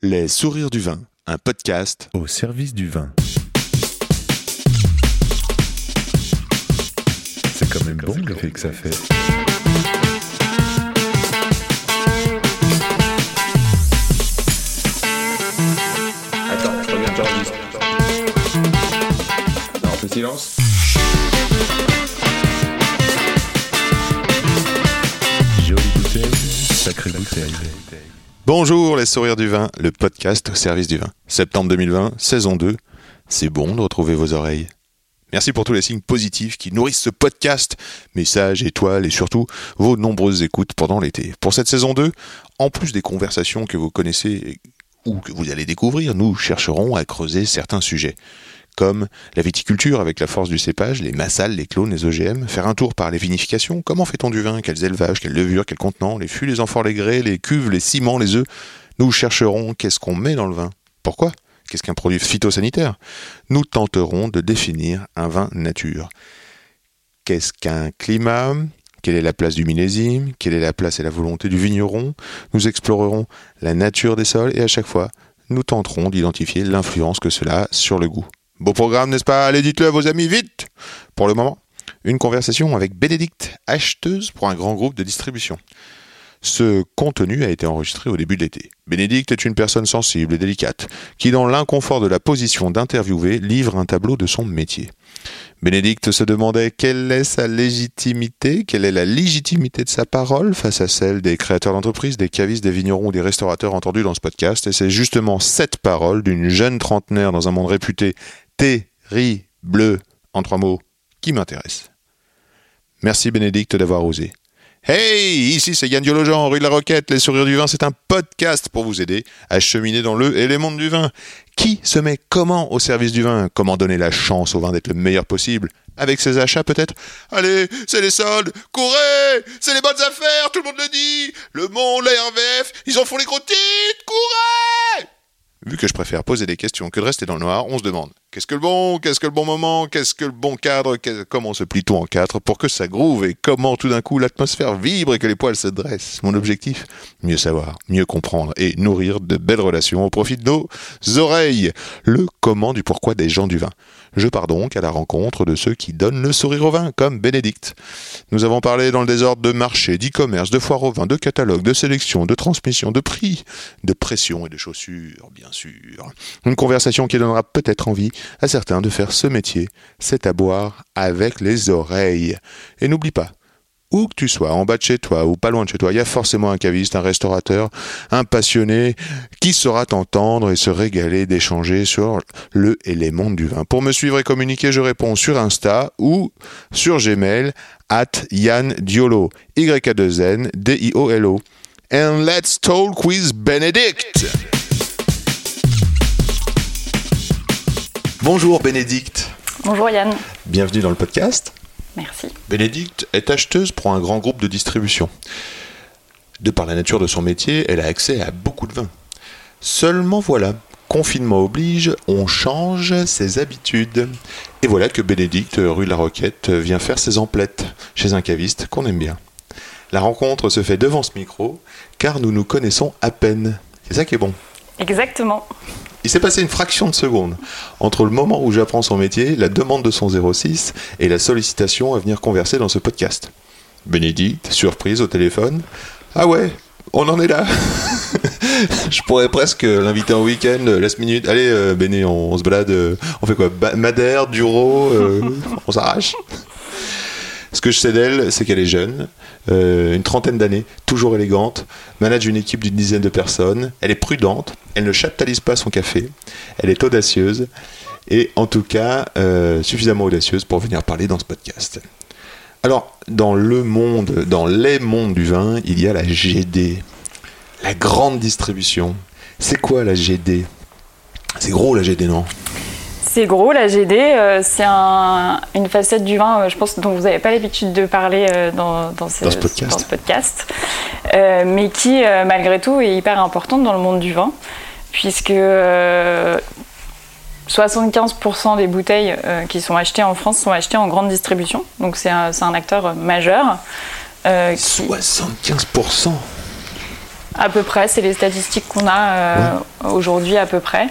Les sourires du vin, un podcast au service du vin. C'est quand même bon l'effet que ça fait. Attends, je reviens, j'enregistre. Non, on fait silence. Jolie bouteille, sacrée bouteille. Bonjour les sourires du vin, le podcast au service du vin. Septembre 2020, saison 2, c'est bon de retrouver vos oreilles. Merci pour tous les signes positifs qui nourrissent ce podcast, messages, étoiles et surtout vos nombreuses écoutes pendant l'été. Pour cette saison 2, en plus des conversations que vous connaissez ou que vous allez découvrir, nous chercherons à creuser certains sujets. Comme la viticulture avec la force du cépage, les massales, les clones, les OGM, faire un tour par les vinifications, comment fait-on du vin, quels élevages, quelles levures, quels contenants, les fûts, les amphores, les grès, les cuves, les ciments, les œufs. Nous chercherons qu'est-ce qu'on met dans le vin. Pourquoi ? Qu'est-ce qu'un produit phytosanitaire ? Nous tenterons de définir un vin nature. Qu'est-ce qu'un climat ? Quelle est la place du millésime ? Quelle est la place et la volonté du vigneron ? Nous explorerons la nature des sols et à chaque fois, nous tenterons d'identifier l'influence que cela a sur le goût. Beau programme, n'est-ce pas ? Allez, dites-le à vos amis, vite ! Pour le moment, une conversation avec Bénédicte, acheteuse pour un grand groupe de distribution. Ce contenu a été enregistré au début de l'été. Bénédicte est une personne sensible et délicate, qui dans l'inconfort de la position d'interviewé, livre un tableau de son métier. Bénédicte se demandait quelle est sa légitimité, quelle est la légitimité de sa parole face à celle des créateurs d'entreprises, des cavistes, des vignerons ou des restaurateurs entendus dans ce podcast. Et c'est justement cette parole d'une jeune trentenaire dans un monde réputé terrible, en 3 mots, qui m'intéresse. Merci Bénédicte d'avoir osé. Hey, ici c'est Yann Diologen, rue de la Roquette, Les Sourires du Vin, c'est un podcast pour vous aider à cheminer dans le et les mondes du vin. Qui se met comment au service du vin ? Comment donner la chance au vin d'être le meilleur possible ? Avec ses achats peut-être ? Allez, c'est les soldes, courez ! C'est les bonnes affaires, tout le monde le dit ! Le Monde, la RVF, ils en font les gros titres, courez ! Vu que je préfère poser des questions que de rester dans le noir, on se demande qu'est-ce que le bon moment, qu'est-ce que le bon cadre, comment se plie tout en 4 pour que ça groove et comment tout d'un coup l'atmosphère vibre et que les poils se dressent. Mon objectif ? Mieux savoir, mieux comprendre et nourrir de belles relations au profit de nos oreilles. Le comment du pourquoi des gens du vin. Je pars donc à la rencontre de ceux qui donnent le sourire au vin, comme Bénédicte. Nous avons parlé dans le désordre de marché, d'e-commerce, de foire au vin, de catalogue, de sélection, de transmission, de prix, de pression et de chaussures, bien sûr. Une conversation qui donnera peut-être envie à certains de faire ce métier. C'est à boire avec les oreilles. Et n'oublie pas, où que tu sois, en bas de chez toi ou pas loin de chez toi, il y a forcément un caviste, un restaurateur, un passionné qui saura t'entendre et se régaler d'échanger sur le et les mondes du vin. Pour me suivre et communiquer, je réponds sur Insta ou sur Gmail @YannDiolo, YA2NDIOLO. And let's talk with Bénédicte. Bonjour Bénédicte. Bonjour Yann. Bienvenue dans le podcast. Merci. Bénédicte est acheteuse pour un grand groupe de distribution. De par la nature de son métier, elle a accès à beaucoup de vins. Seulement voilà, confinement oblige, on change ses habitudes. Et voilà que Bénédicte, rue de la Roquette, vient faire ses emplettes chez un caviste qu'on aime bien. La rencontre se fait devant ce micro, car nous nous connaissons à peine. C'est ça qui est bon. Exactement. Il s'est passé une fraction de seconde entre le moment où j'apprends son métier, la demande de son 06 et la sollicitation à venir converser dans ce podcast. Bénédicte, surprise au téléphone. Ah ouais, on en est là. Je pourrais presque l'inviter en week-end, last minute. Allez Béné, on se balade, on fait quoi ? Madère, Duro, on s'arrache. Ce que je sais d'elle, c'est qu'elle est jeune, une trentaine d'années, toujours élégante, manage une équipe d'une dizaine de personnes, elle est prudente, elle ne chaptalise pas son café, elle est audacieuse, et en tout cas, suffisamment audacieuse pour venir parler dans ce podcast. Alors, dans les mondes du vin, il y a la GD, la grande distribution. C'est quoi la GD ? C'est gros la GD, non ? C'est gros, la GD, c'est une facette du vin, je pense, dont vous n'avez pas l'habitude de parler dans ce podcast, mais qui, malgré tout, est hyper importante dans le monde du vin, puisque 75% des bouteilles qui sont achetées en France sont achetées en grande distribution, donc c'est un acteur majeur. 75% À peu près, c'est les statistiques qu'on a aujourd'hui à peu près.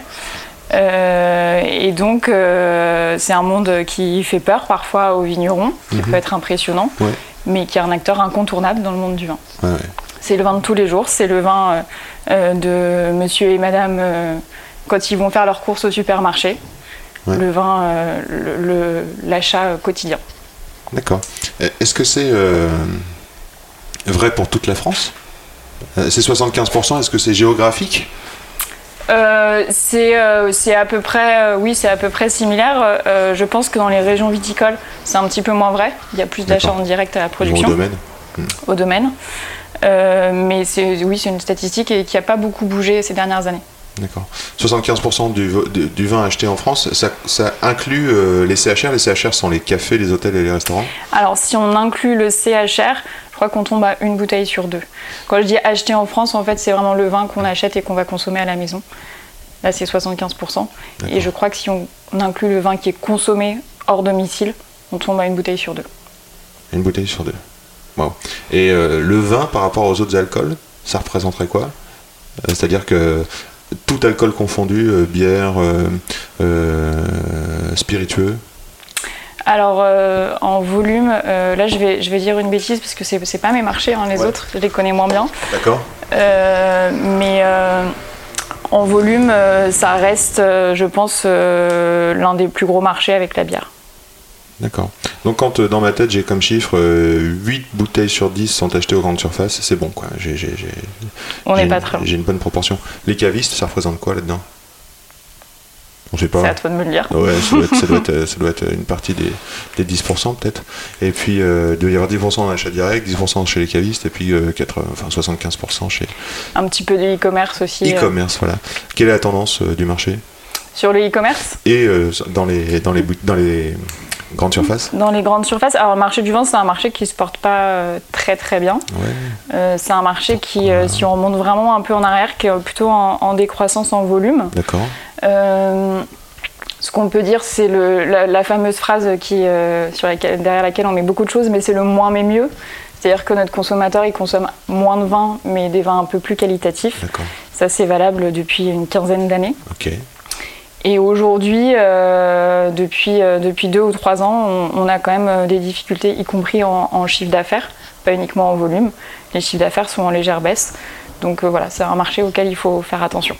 Et donc, c'est un monde qui fait peur parfois aux vignerons, qui peut être impressionnant, mais qui est un acteur incontournable dans le monde du vin. C'est le vin de tous les jours, c'est le vin de monsieur et madame quand ils vont faire leurs courses au supermarché. Le vin, l'achat quotidien. D'accord. Est-ce que c'est vrai pour toute la France ? C'est 75%, est-ce que c'est géographique ? C'est à peu près, c'est à peu près similaire. Je pense que dans les régions viticoles, c'est un petit peu moins vrai. Il y a plus d'achats en direct à la production. Au domaine. Mais c'est une statistique qui n'a pas beaucoup bougé ces dernières années. D'accord. 75% du vin acheté en France, ça inclut les CHR. Les CHR sont les cafés, les hôtels et les restaurants. Alors, si on inclut le CHR, je crois qu'on tombe à une bouteille sur 2. Quand je dis acheter en France, en fait, c'est vraiment le vin qu'on achète et qu'on va consommer à la maison. Là, c'est 75%. D'accord. Et je crois que si on inclut le vin qui est consommé hors domicile, on tombe à une bouteille sur 2. Une bouteille sur 2. Wow. Et le vin, par rapport aux autres alcools, ça représenterait quoi ? C'est-à-dire que tout alcool confondu, bière, spiritueux. Alors en volume, là je vais dire une bêtise parce que c'est pas mes marchés, les autres, je les connais moins bien. D'accord. Mais en volume, ça reste, je pense, l'un des plus gros marchés avec la bière. D'accord. Donc quand dans ma tête j'ai comme chiffre 8 bouteilles sur 10 sont achetées aux grandes surfaces, c'est bon quoi. On n'est pas très loin. J'ai une bonne proportion. Les cavistes, ça représente quoi là-dedans ? On sait pas. C'est à toi de me le dire. Ouais, ça doit être une partie des 10% peut-être. Et puis il doit y avoir 10% en achat direct, 10% chez les cavistes et puis 75% chez... Un petit peu de e-commerce aussi. E-commerce, voilà. Quelle est la tendance du marché ? Sur le e-commerce ? Et dans les grandes surfaces ? Dans les grandes surfaces. Alors, le marché du vin, c'est un marché qui ne se porte pas très très bien. C'est un marché qui, si on remonte vraiment un peu en arrière, qui est plutôt en décroissance en volume. D'accord. Ce qu'on peut dire, c'est la fameuse phrase derrière laquelle on met beaucoup de choses, mais c'est le moins mais mieux. C'est-à-dire que notre consommateur, il consomme moins de vin, mais des vins un peu plus qualitatifs. D'accord. Ça, c'est valable depuis une quinzaine d'années. Ok. Et aujourd'hui, depuis 2 ou 3 ans, on a quand même des difficultés, y compris en chiffre d'affaires, pas uniquement en volume. Les chiffres d'affaires sont en légère baisse. Donc voilà, c'est un marché auquel il faut faire attention.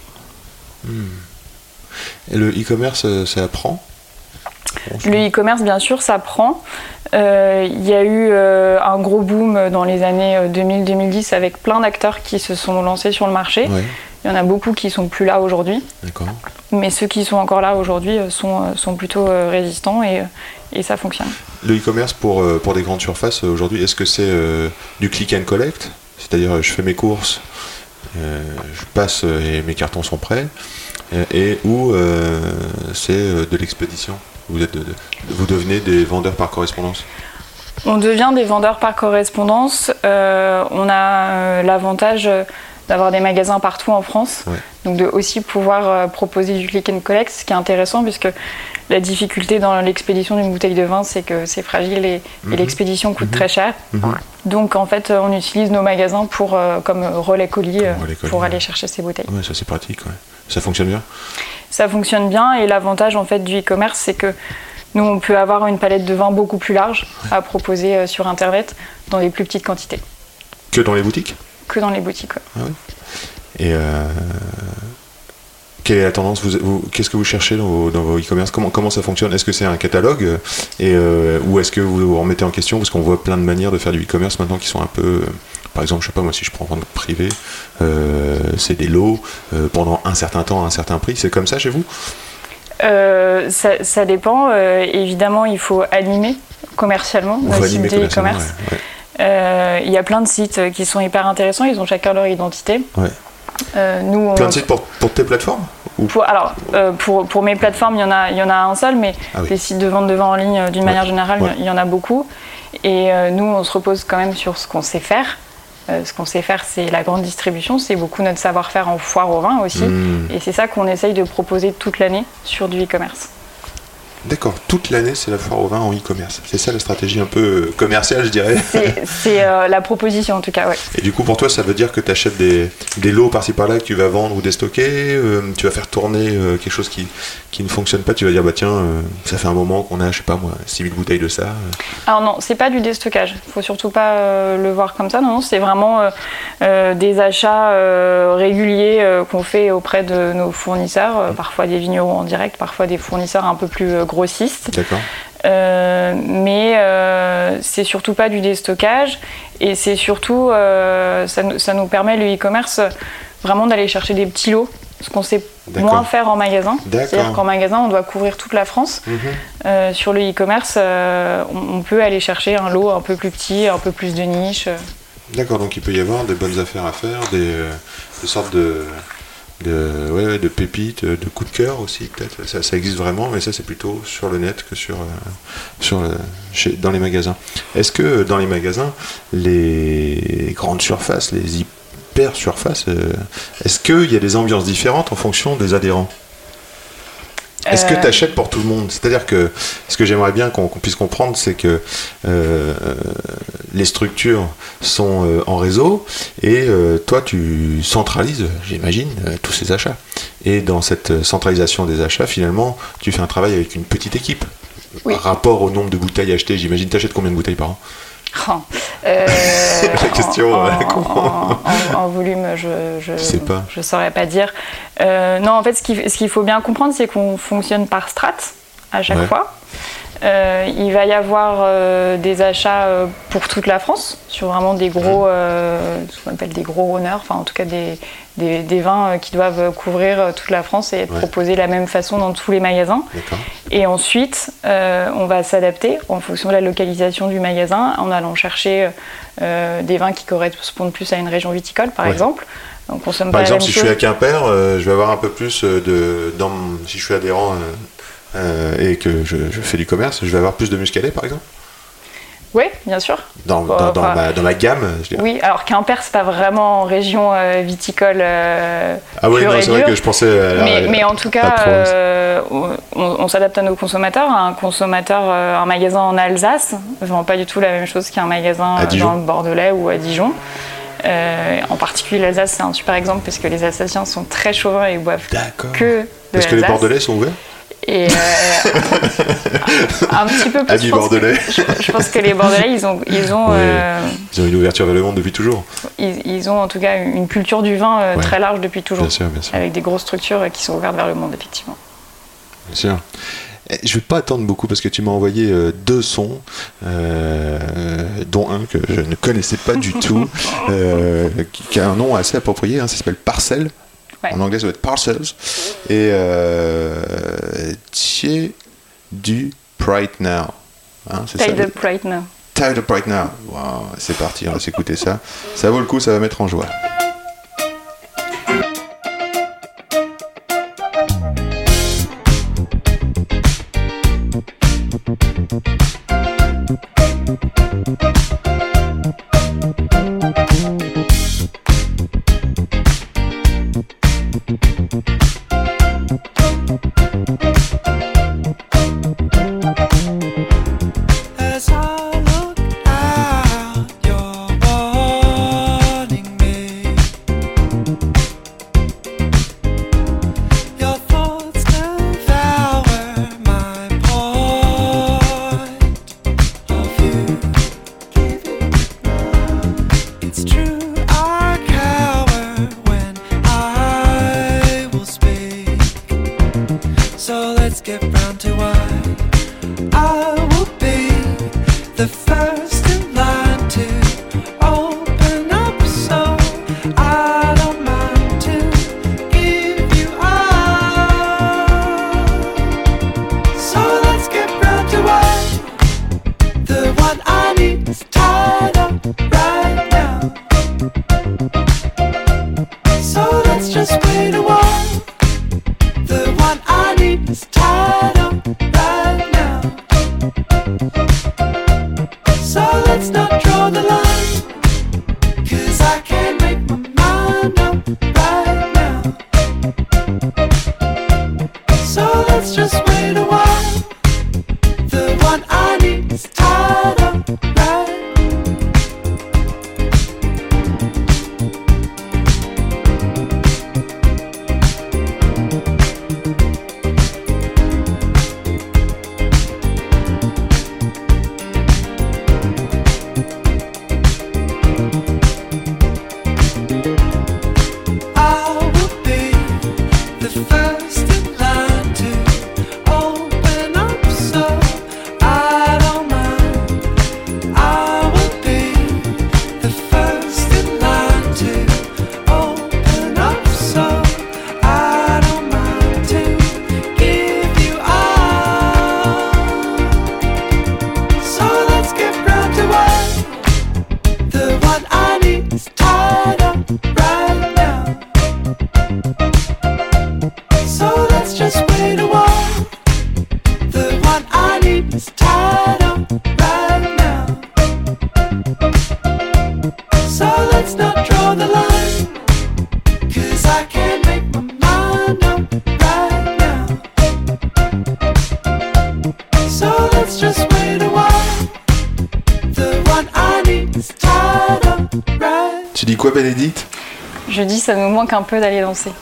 Et le e-commerce, ça prend ? Le e-commerce, bien sûr, ça prend. Il y a eu un gros boom dans les années 2000-2010 avec plein d'acteurs qui se sont lancés sur le marché. Ouais. Il y en a beaucoup qui ne sont plus là aujourd'hui. D'accord. Mais ceux qui sont encore là aujourd'hui sont plutôt résistants et ça fonctionne. Le e-commerce pour des grandes surfaces aujourd'hui, est-ce que c'est du click and collect ? C'est-à-dire je fais mes courses, je passe et mes cartons sont prêts, ou c'est de l'expédition ? Vous devenez des vendeurs par correspondance ? On devient des vendeurs par correspondance. On a l'avantage d'avoir des magasins partout en France, donc de aussi pouvoir proposer du click and collect, ce qui est intéressant puisque la difficulté dans l'expédition d'une bouteille de vin, c'est que c'est fragile et l'expédition coûte très cher. Donc en fait, on utilise nos magasins comme relais colis pour aller chercher ces bouteilles. Ouais, ça c'est pratique. Ouais. Ça fonctionne bien ? Ça fonctionne bien et l'avantage en fait du e-commerce, c'est que nous, on peut avoir une palette de vins beaucoup plus large à proposer sur Internet dans des plus petites quantités. Que dans les boutiques ? Que dans les boutiques, ouais. Ah oui. Et quelle est la tendance ? Qu'est-ce que vous cherchez dans vos e-commerce ? Comment ça fonctionne ? Est-ce que c'est un catalogue ou est-ce que vous remettez en question ? Parce qu'on voit plein de manières de faire du e-commerce maintenant qui sont un peu... par exemple, je sais pas, moi si je prends vente privée, c'est des lots pendant un certain temps à un certain prix. C'est comme ça chez vous ? Ça dépend. Évidemment, il faut animer commercialement notre site de e-commerce. Il y a plein de sites qui sont hyper intéressants, ils ont chacun leur identité. Ouais. Plein de sites pour tes plateformes ou... pour mes plateformes, il y en a un seul, mais les sites de vente de vin en ligne, d'une manière générale, il y en a beaucoup. Et nous, on se repose quand même sur ce qu'on sait faire. Ce qu'on sait faire, c'est la grande distribution, c'est beaucoup notre savoir-faire en foire au vin aussi. Et c'est ça qu'on essaye de proposer toute l'année sur du e-commerce. D'accord, toute l'année c'est la foire au vin en e-commerce. C'est ça la stratégie un peu commerciale, je dirais. C'est la proposition en tout cas, ouais. Et du coup pour toi ça veut dire que tu achètes des lots par-ci par-là que tu vas vendre ou déstocker, tu vas faire tourner quelque chose qui ne fonctionne pas, tu vas dire bah tiens, ça fait un moment qu'on a, je sais pas moi, 6000 bouteilles de ça. Alors non, c'est pas du déstockage, faut surtout pas le voir comme ça, non, c'est vraiment des achats réguliers qu'on fait auprès de nos fournisseurs, parfois des vignerons en direct, parfois des fournisseurs un peu plus grossistes. D'accord. Mais c'est surtout pas du déstockage et c'est surtout ça nous permet le e-commerce vraiment d'aller chercher des petits lots, ce qu'on sait moins faire en magasin. C'est-à-dire qu'en magasin on doit couvrir toute la France. Sur le e-commerce on peut aller chercher un lot un peu plus petit, un peu plus de niche. D'accord, donc il peut y avoir des bonnes affaires à faire, des sortes de pépites, de coups de cœur aussi peut-être. Ça existe vraiment, mais ça c'est plutôt sur le net que dans les magasins. Est-ce que dans les magasins, les grandes surfaces, les hyper surfaces, est-ce qu'il y a des ambiances différentes en fonction des adhérents ? Est-ce que tu achètes pour tout le monde ? C'est-à-dire que ce que j'aimerais bien qu'on puisse comprendre, c'est que les structures sont en réseau et toi tu centralises, j'imagine, tous ces achats. Et dans cette centralisation des achats, finalement, tu fais un travail avec une petite équipe. Oui. Par rapport au nombre de bouteilles achetées, j'imagine, tu achètes combien de bouteilles par an ? La question en volume, je saurais pas dire. Non, en fait, ce qu'il faut bien comprendre, c'est qu'on fonctionne par strates à chaque fois. Il va y avoir des achats pour toute la France, sur vraiment des gros, ce qu'on appelle des gros runners, enfin en tout cas des vins qui doivent couvrir toute la France et être proposés de la même façon dans tous les magasins. D'accord. Et ensuite, on va s'adapter en fonction de la localisation du magasin, en allant chercher des vins qui correspondent plus à une région viticole, par exemple. On consomme par pas exemple, la même si chose. je suis à Quimper, je vais avoir un peu plus si je suis adhérent et que je fais du commerce, je vais avoir plus de muscadet, par exemple. Oui, bien sûr. Dans ma gamme, je dirais. Oui, alors Quimper, c'est pas vraiment région viticole. Ah oui, non, c'est vrai que je pensais. Mais en tout cas, on s'adapte à nos consommateurs. Un magasin en Alsace ne vend pas du tout la même chose qu'un magasin dans le Bordelais ou à Dijon. En particulier, l'Alsace, c'est un super exemple parce que les Alsaciens sont très chauvins et boivent que de Parce que les Bordelais sont ouverts. Et un petit peu plus. Bordelais. Je pense que les Bordelais, ils ont une ouverture vers le monde depuis toujours. Ils ont en tout cas une culture du vin très large depuis toujours. Bien sûr. Avec des grosses structures qui sont ouvertes vers le monde, effectivement. Bien sûr. Je ne vais pas attendre beaucoup parce que tu m'as envoyé 2 sons, dont un que je ne connaissais pas du tout, qui a un nom assez approprié, ça s'appelle Parcel. En anglais, ça doit être Parcels. Et Tied Up Right Now. Tied Up Right Now. Tied Up Right Now. Wow, c'est parti, on va s'écouter ça. Ça vaut le coup, ça va mettre en joie. Tu dis quoi, Bénédicte? Je dis ça nous manque un peu d'aller danser.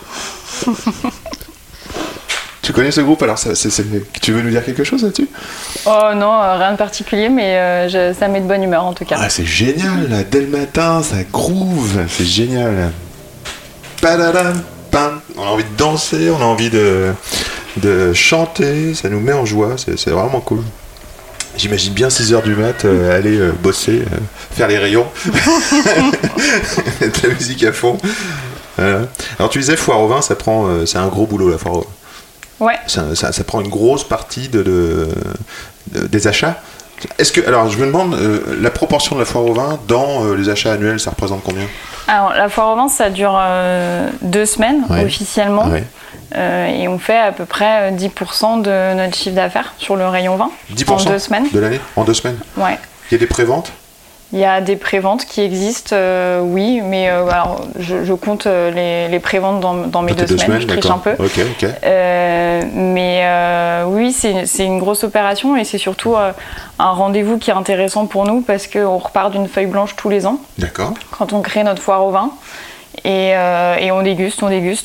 Tu connais ce groupe alors tu veux nous dire quelque chose là-dessus? Oh non, rien de particulier, mais ça met de bonne humeur en tout cas. Ah, c'est génial, là, dès le matin, ça groove, c'est génial. Padadam, pam. On a envie de danser, on a envie de chanter, ça nous met en joie, c'est vraiment cool. J'imagine bien 6h du mat, aller bosser, faire les rayons, mettre la musique à fond. Voilà. Alors tu disais, foire au vin, c'est un gros boulot la foire au vin. Ouais. Ça prend une grosse partie des achats. Alors je me demande, la proportion de la foire au vin dans les achats annuels, ça représente combien? Alors la foire au vin, ça dure 2 semaines officiellement. Ouais. Et on fait à peu près 10% de notre chiffre d'affaires sur le rayon vin 10% en 2 semaines. De l'année? En 2 semaines? Ouais. Il y a des préventes? Il y a des préventes qui existent, oui, mais alors, je compte les préventes dans mes 2 semaines, je triche un peu. Ok. Mais oui, c'est une grosse opération et c'est surtout un rendez-vous qui est intéressant pour nous parce qu'on repart d'une feuille blanche tous les ans. D'accord. Quand on crée notre foire au vin. Et on déguste.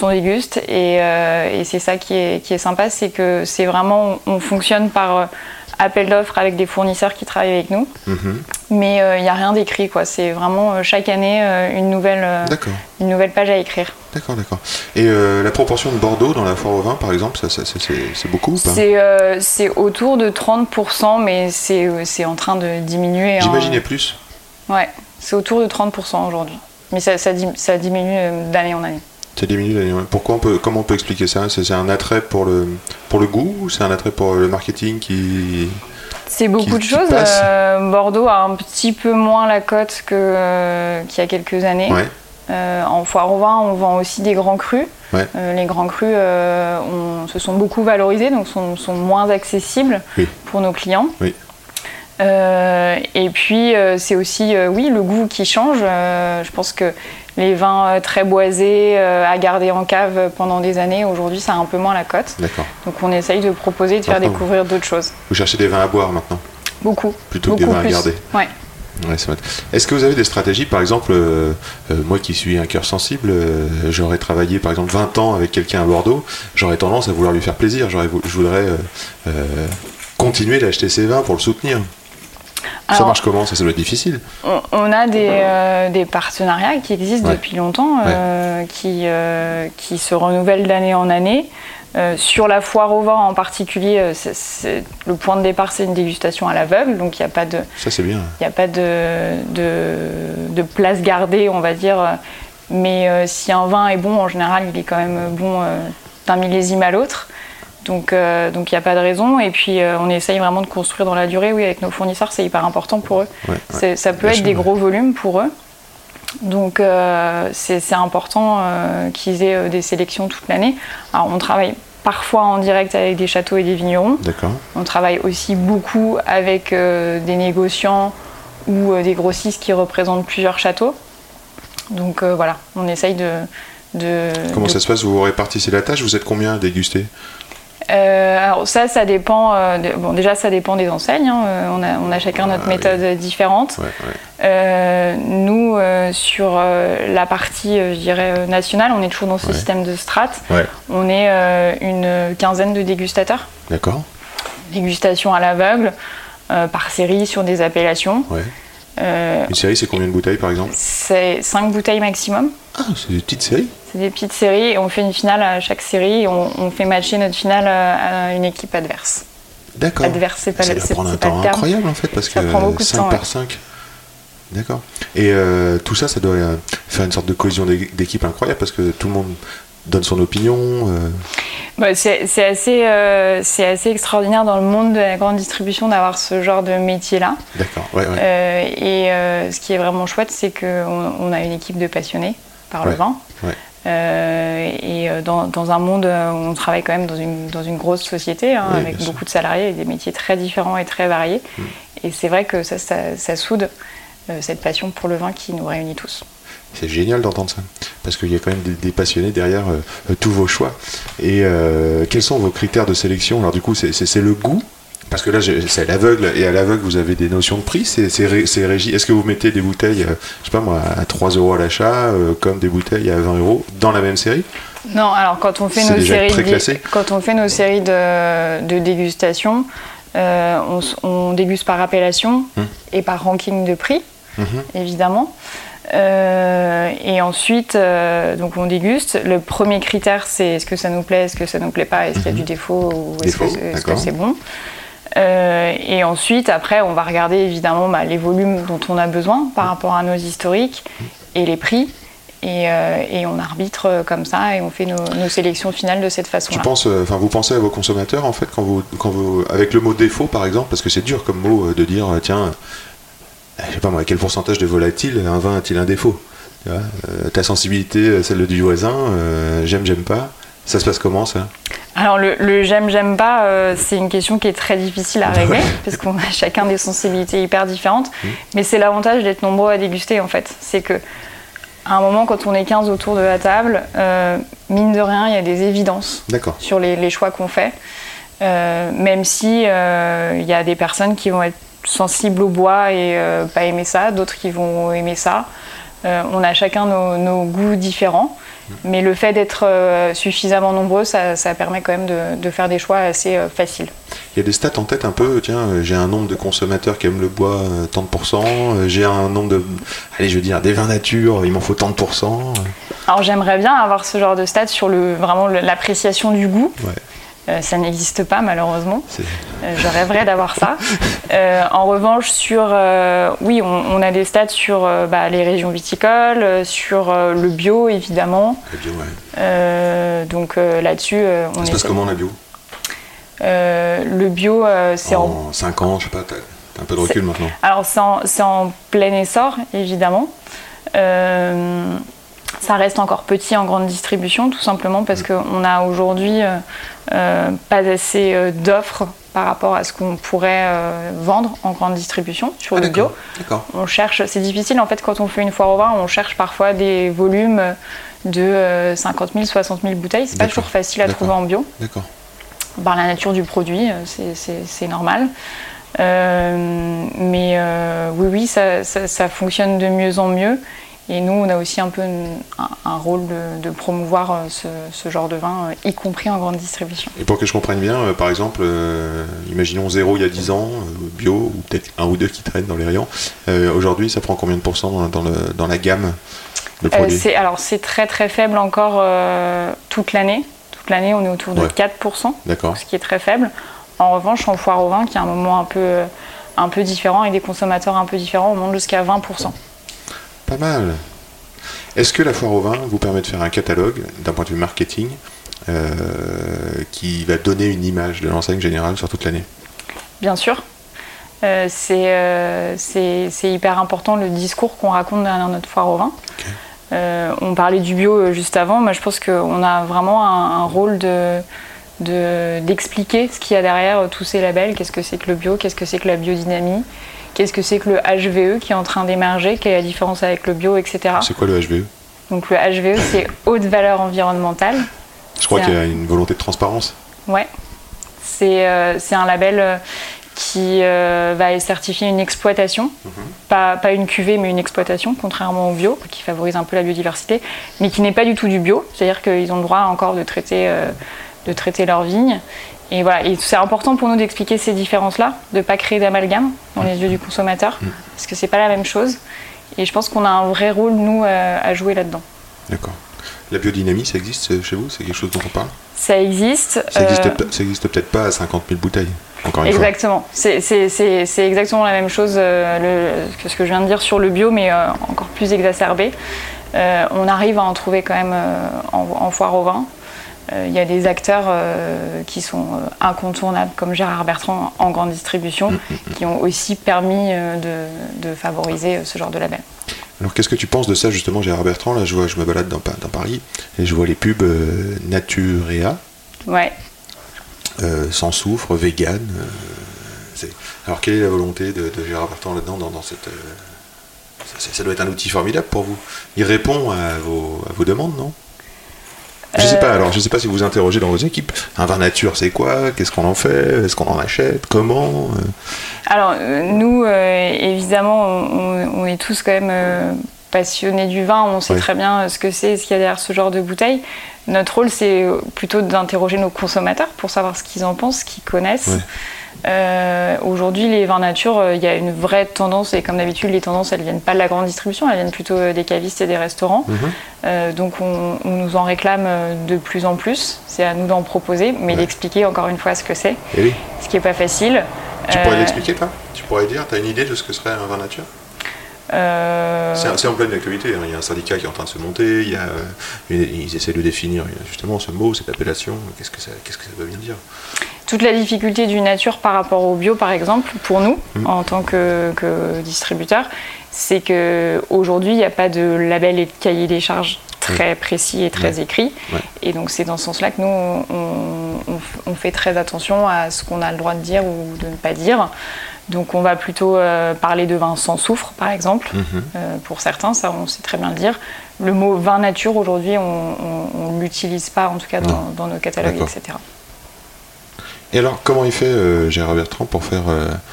Et c'est ça qui est sympa, c'est que c'est vraiment, on fonctionne par appel d'offres avec des fournisseurs qui travaillent avec nous. Mais il n'y a rien d'écrit, quoi. C'est vraiment chaque année une nouvelle page à écrire. D'accord. Et la proportion de Bordeaux dans la foire au vin, par exemple, c'est beaucoup ou pas? C'est autour de 30%, mais c'est en train de diminuer. J'imaginais plus. Ouais, c'est autour de 30% aujourd'hui. Mais ça diminue d'année en année. Ça diminue d'année en année. Comment on peut expliquer ça? C'est un attrait pour le goût ou c'est un attrait pour le marketing qui... C'est beaucoup de choses. Bordeaux a un petit peu moins la cote qu'il y a quelques années. Ouais. En foire au vin, on vend aussi des grands crus. Ouais. Les grands crus se sont beaucoup valorisés, donc sont moins accessibles pour nos clients. Oui. Et puis c'est aussi le goût qui change. Je pense que les vins très boisés à garder en cave pendant des années, aujourd'hui ça a un peu moins la cote. D'accord. Donc on essaye de proposer de faire découvrir d'autres choses. Vous cherchez des vins à boire maintenant? Beaucoup. Plutôt que des vins à garder. Ouais. Ouais, c'est vrai. Est-ce que vous avez des stratégies, par exemple, moi qui suis un cœur sensible, j'aurais travaillé par exemple 20 ans avec quelqu'un à Bordeaux, j'aurais tendance à vouloir lui faire plaisir, je voudrais continuer d'acheter ses vins pour le soutenir. Alors, ça marche comment? Ça doit être difficile. On a des partenariats qui existent depuis longtemps, qui se renouvellent d'année en année. Sur la foire au vin en particulier, le point de départ c'est une dégustation à l'aveugle, donc il n'y a pas de, ça, c'est bien. Il n'y a pas de place gardée, on va dire. Mais si un vin est bon, en général, il est quand même bon d'un millésime à l'autre. Donc il n'y a pas de raison. Et puis on essaye vraiment de construire dans la durée. Oui, avec nos fournisseurs, c'est hyper important pour eux. Ça peut être des gros volumes pour eux. Donc c'est important qu'ils aient des sélections toute l'année. Alors on travaille parfois en direct avec des châteaux et des vignerons. D'accord. On travaille aussi beaucoup avec des négociants ou des grossistes qui représentent plusieurs châteaux. Donc voilà, on essaye de... Comment ça se passe? Vous répartissez la tâche? Vous êtes combien à déguster? Alors ça dépend. Déjà, ça dépend des enseignes. Hein. On a chacun notre méthode différente. Nous, sur la partie, je dirais, nationale, on est toujours dans ce système de strat. On est une quinzaine de dégustateurs. D'accord. Dégustation à l'aveugle, par série sur des appellations. Une série, c'est combien de bouteilles par exemple ? C'est 5 bouteilles maximum. Ah, c'est des petites séries ? C'est des petites séries et on fait une finale à chaque série et on fait matcher notre finale à une équipe adverse. D'accord. Adverse, c'est pas ça le va prendre un temps incroyable en fait, parce que 5 par 5. D'accord. Et tout ça, ça doit faire une sorte de cohésion d'équipe incroyable parce que tout le monde donne son opinion. C'est assez extraordinaire dans le monde de la grande distribution d'avoir ce genre de métier-là. D'accord, ce qui est vraiment chouette, c'est qu'on a une équipe de passionnés par le vin. Dans un monde où on travaille quand même dans une grosse société, avec beaucoup de salariés et des métiers très différents et très variés. Et c'est vrai que ça soude cette passion pour le vin qui nous réunit tous. C'est génial d'entendre ça, parce qu'il y a quand même des passionnés derrière tous vos choix. Et quels sont vos critères de sélection ? Alors du coup, c'est le goût, parce que là, c'est à l'aveugle, et à l'aveugle, vous avez des notions de prix, c'est régi. Est-ce que vous mettez des bouteilles, je sais pas moi, à 3 € à l'achat, comme des bouteilles à 20 € dans la même série ? Non, alors quand on fait nos séries de dégustation, on déguste par appellation et par ranking de prix, évidemment. Et ensuite, donc on déguste. Le premier critère, c'est est-ce que ça nous plaît, est-ce que ça nous plaît pas, est-ce qu'il y a du défaut ou est-ce que c'est bon. Et ensuite, après, on va regarder évidemment les volumes dont on a besoin par rapport à nos historiques et les prix. Et on arbitre comme ça et on fait nos sélections finales de cette façon-là. Vous pensez à vos consommateurs en fait quand vous avec le mot défaut par exemple, parce que c'est dur comme mot de dire tiens, je sais pas moi, quel pourcentage de volatile un vin a-t-il un défaut ? Ta sensibilité, celle du voisin, j'aime pas. Ça se passe comment ça ? Alors le j'aime pas, c'est une question qui est très difficile à régler parce qu'on a chacun des sensibilités hyper différentes. Mais c'est l'avantage d'être nombreux à déguster en fait. C'est que à un moment, quand on est 15 autour de la table, mine de rien, il y a des évidences sur les choix qu'on fait. Même si y a des personnes qui vont être sensibles au bois et pas aimer ça, d'autres qui vont aimer ça. On a chacun nos goûts différents. Mais le fait d'être suffisamment nombreux, ça permet quand même de faire des choix assez faciles. Il y a des stats en tête un peu, tiens, j'ai un nombre de consommateurs qui aiment le bois, tant de pourcents, j'ai un nombre des vins nature, il m'en faut tant de pourcents. Alors j'aimerais bien avoir ce genre de stats sur vraiment l'appréciation du goût. Ça n'existe pas malheureusement. Je rêverais d'avoir ça. En revanche, on a des stats sur les régions viticoles, sur le bio évidemment. Le bio, donc là-dessus, on ça se passe comment la bio ? Le bio, c'est en 5 ans, je sais pas, t'as un peu de recul maintenant. Alors c'est en plein essor évidemment. Ça reste encore petit en grande distribution, tout simplement parce qu'on a aujourd'hui pas assez d'offres par rapport à ce qu'on pourrait vendre en grande distribution sur le bio. D'accord. On cherche, c'est difficile en fait quand on fait une foire au vin, on cherche parfois des volumes de 50 000, 60 000 bouteilles. C'est pas toujours facile à trouver en bio. D'accord. Par la nature du produit, c'est normal. Oui, ça fonctionne de mieux en mieux. Et nous, on a aussi un peu un rôle de promouvoir ce genre de vin, y compris en grande distribution. Et pour que je comprenne bien, par exemple, imaginons 0 il y a 10 ans, bio, ou peut-être 1 ou 2 qui traînent dans les rayons. Aujourd'hui, ça prend combien de pourcents dans la gamme de produits ? C'est très très faible encore toute l'année. Toute l'année, on est autour de 4%, ce qui est très faible. En revanche, en foire au vin, qui est un moment un peu différent, et des consommateurs un peu différents, on monte jusqu'à 20%. Pas mal. Est-ce que la foire au vin vous permet de faire un catalogue d'un point de vue marketing qui va donner une image de l'enseigne générale sur toute l'année ? Bien sûr. C'est hyper important le discours qu'on raconte derrière notre foire au vin. On parlait du bio juste avant. Moi, je pense qu'on a vraiment un rôle d'expliquer ce qu'il y a derrière tous ces labels. Qu'est-ce que c'est que le bio ? Qu'est-ce que c'est que la biodynamie ? Qu'est-ce que c'est que le HVE qui est en train d'émerger ? Quelle est la différence avec le bio, etc. C'est quoi le HVE ? Donc le HVE, c'est haute valeur environnementale. Je crois qu'il y a une volonté de transparence. Ouais. C'est un label qui va certifier une exploitation, pas une cuvée, mais une exploitation, contrairement au bio, qui favorise un peu la biodiversité, mais qui n'est pas du tout du bio. C'est-à-dire qu'ils ont le droit encore de traiter de traiter leurs vignes. Et voilà, et c'est important pour nous d'expliquer ces différences-là, de ne pas créer d'amalgame dans les yeux du consommateur, parce que c'est pas la même chose. Et je pense qu'on a un vrai rôle, nous, à jouer là-dedans. D'accord. La biodynamie, ça existe chez vous? C'est quelque chose dont on parle? Ça existe. Ça existe peut-être pas à 50 000 bouteilles, encore une exactement. fois. C'est exactement la même chose que ce que je viens de dire sur le bio, mais encore plus exacerbé. On arrive à en trouver quand même en foire au vin. Il y a des acteurs qui sont incontournables, comme Gérard Bertrand en grande distribution, qui ont aussi permis de favoriser ce genre de label. Alors qu'est-ce que tu penses de ça justement, Gérard Bertrand? Là, je me balade dans Paris et je vois les pubs Naturea, ouais. Sans soufre, vegan. Alors quelle est la volonté de Gérard Bertrand là-dedans dans cette ça doit être un outil formidable pour vous. Il répond à vos demandes, non? Je sais pas. Alors, je sais pas si vous interrogez dans vos équipes. Un vin nature, c'est quoi? Qu'est-ce qu'on en fait? Est-ce qu'on en achète? Comment? Alors, nous, évidemment, on est tous quand même passionnés du vin. On sait très bien ce que c'est, ce qu'il y a derrière ce genre de bouteille. Notre rôle, c'est plutôt d'interroger nos consommateurs pour savoir ce qu'ils en pensent, ce qu'ils connaissent. Ouais. Aujourd'hui, les vins nature, il y a une vraie tendance, et comme d'habitude, les tendances, elles viennent pas de la grande distribution, elles viennent plutôt des cavistes et des restaurants. Donc, on nous en réclame de plus en plus. C'est à nous d'en proposer, mais d'expliquer encore une fois ce que c'est, ce qui est pas facile. Tu pourrais l'expliquer, toi? Tu pourrais dire, tu as une idée de ce que serait un vin nature? C'est en pleine actualité, hein. Il y a un syndicat qui est en train de se monter, ils essaient de définir justement ce mot, cette appellation. Qu'est-ce que ça veut bien dire? Toute la difficulté du nature par rapport au bio, par exemple, pour nous, en tant que distributeur, c'est qu'aujourd'hui, il n'y a pas de label et de cahier des charges très précis et très écrit. Ouais. Et donc, c'est dans ce sens-là que nous, on fait très attention à ce qu'on a le droit de dire ou de ne pas dire. Donc, on va plutôt parler de vin sans soufre, par exemple. Pour certains, ça, on sait très bien le dire. Le mot vin nature, aujourd'hui, on ne l'utilise pas, en tout cas, dans nos catalogues, etc. Et alors, comment il fait Gérard Bertrand pour faire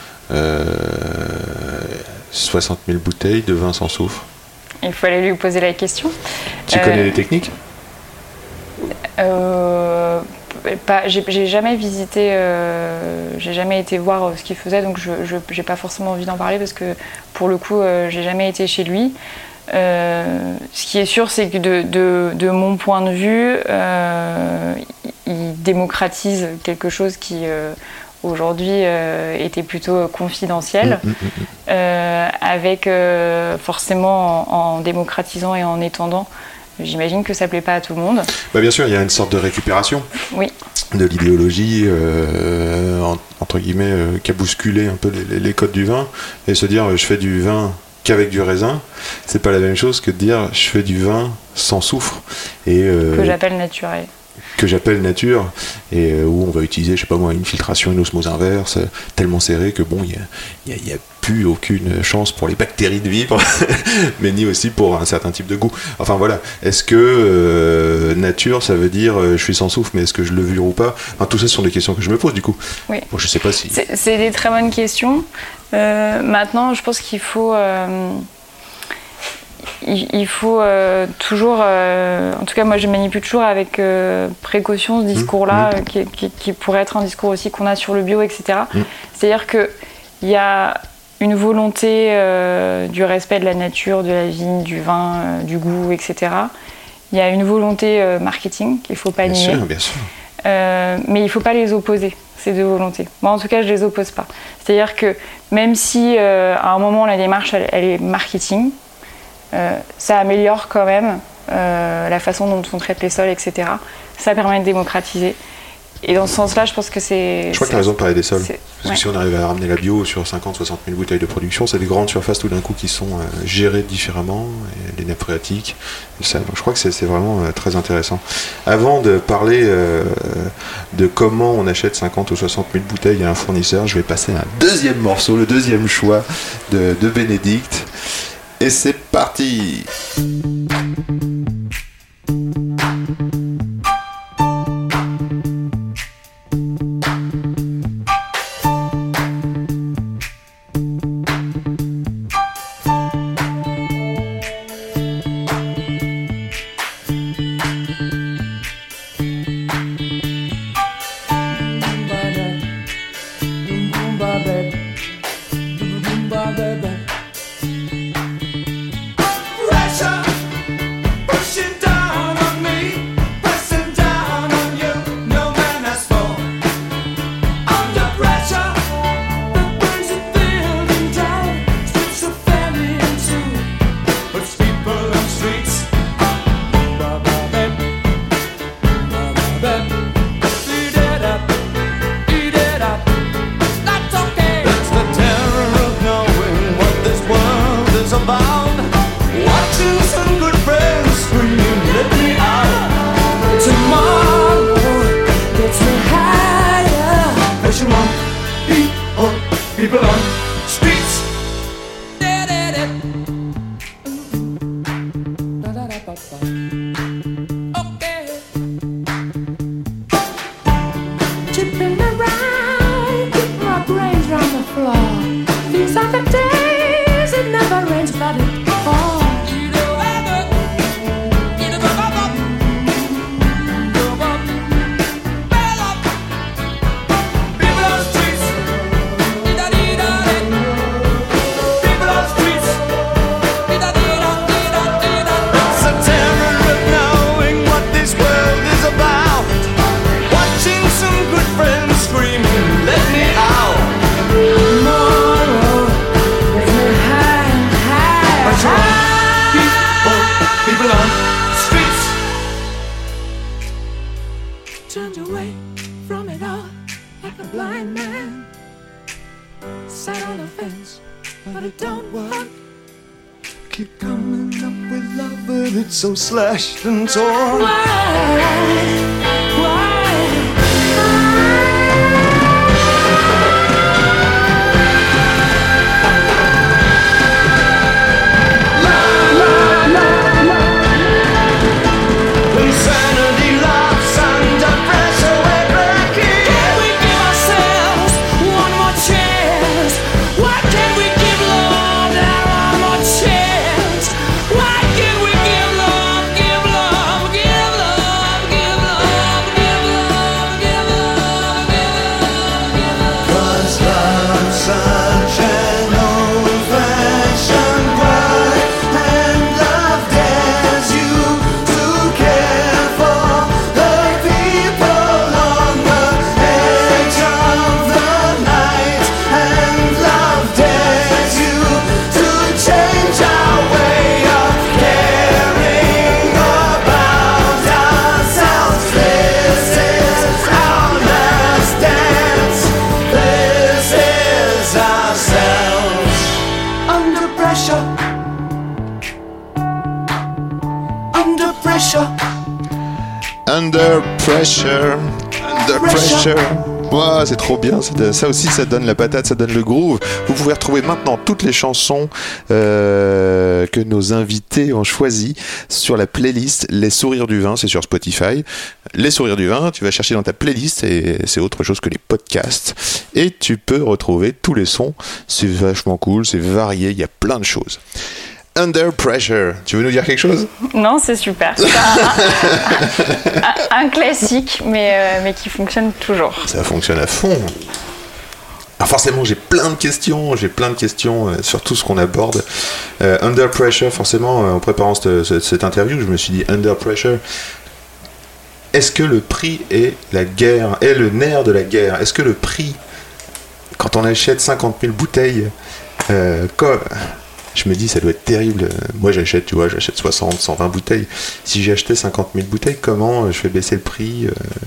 60 000 bouteilles de vin sans soufre? Il faut aller lui poser la question. Tu connais les techniques? J'ai jamais visité, j'ai jamais été voir ce qu'il faisait, donc je n'ai pas forcément envie d'en parler parce que pour le coup, j'ai jamais été chez lui. Ce qui est sûr, c'est que de mon point de vue, il démocratise quelque chose qui aujourd'hui était plutôt confidentiel, avec forcément en démocratisant et en étendant. J'imagine que ça ne plaît pas à tout le monde. Bah bien sûr, il y a une sorte de récupération de l'idéologie, entre guillemets, qui a bousculé un peu les codes du vin, et se dire je fais du vin qu'avec du raisin, c'est pas la même chose que de dire je fais du vin sans soufre. Que j'appelle naturel. Que j'appelle nature, et où on va utiliser, je sais pas moi, une filtration, une osmose inverse, tellement serrée que bon, il y a plus aucune chance pour les bactéries de vivre, mais ni aussi pour un certain type de goût. Enfin voilà, est-ce que nature, ça veut dire je suis sans soufre, mais est-ce que je levure ou pas? Enfin, tout ça, ce sont des questions que je me pose du coup. Oui. Bon, je sais pas si... C'est des très bonnes questions. Maintenant, je pense qu'il faut... Il faut toujours, en tout cas moi je manipule toujours avec précaution ce discours-là, qui pourrait être un discours aussi qu'on a sur le bio, etc. C'est-à-dire qu'il y a une volonté du respect de la nature, de la vigne, du vin, du goût, etc. Il y a une volonté marketing qu'il ne faut pas nier. Bien sûr. Mais il ne faut pas les opposer, ces deux volontés. Moi en tout cas je ne les oppose pas. C'est-à-dire que même si à un moment la démarche elle est marketing, ça améliore quand même la façon dont on traite les sols, etc. Ça permet de démocratiser. Et dans ce sens-là, je pense que c'est... Je crois que tu as raison de parler des sols. Parce que si on arrive à ramener la bio sur 50-60 000 bouteilles de production, c'est des grandes surfaces tout d'un coup qui sont gérées différemment, et les nappes phréatiques. Ça, donc je crois que c'est vraiment très intéressant. Avant de parler de comment on achète 50 ou 60 000 bouteilles à un fournisseur, je vais passer à un deuxième morceau, le deuxième choix de Bénédicte. Et c'est parti! zipping around, keep my brains round the floor. These are the days it never rains, but it falls. Turned away from it all like a blind man. Sat on the fence, but it don't work. Keep coming up with love, but it's so slashed and torn. Insanity laughs under pressure, we're breaking. Can we give ourselves one more chance? Why can't we give love that one more chance? Why can't we give love, give love, give love, give love, give love, give love, give love? 'Cause love's such an old-fashioned word, and love dares you to care for the people on the edge of the night, and love dares you to change our way of caring about ourselves. This is our last dance. This is ourselves. Under pressure. Under pressure. Under Pressure. Under Pressure. Wow, c'est trop bien, ça aussi ça donne la patate, ça donne le groove. Vous pouvez retrouver maintenant toutes les chansons que nos invités ont choisies sur la playlist Les Sourires du Vin, c'est sur Spotify. Les Sourires du Vin, tu vas chercher dans ta playlist et c'est autre chose que les podcasts. Et tu peux retrouver tous les sons, c'est vachement cool, c'est varié, il y a plein de choses. Under Pressure, tu veux nous dire quelque chose ? Non, c'est super. C'est un classique, mais qui fonctionne toujours. Ça fonctionne à fond. Alors forcément, j'ai plein de questions sur tout ce qu'on aborde. Under Pressure, forcément, en préparant cette interview, je me suis dit Under Pressure. Est-ce que le prix est la guerre, est le nerf de la guerre ? Est-ce que le prix, quand on achète 50 000 bouteilles, je me dis ça doit être terrible. Moi j'achète 60, 120 bouteilles. Si j'achetais 50 000 bouteilles, comment je fais baisser le prix ?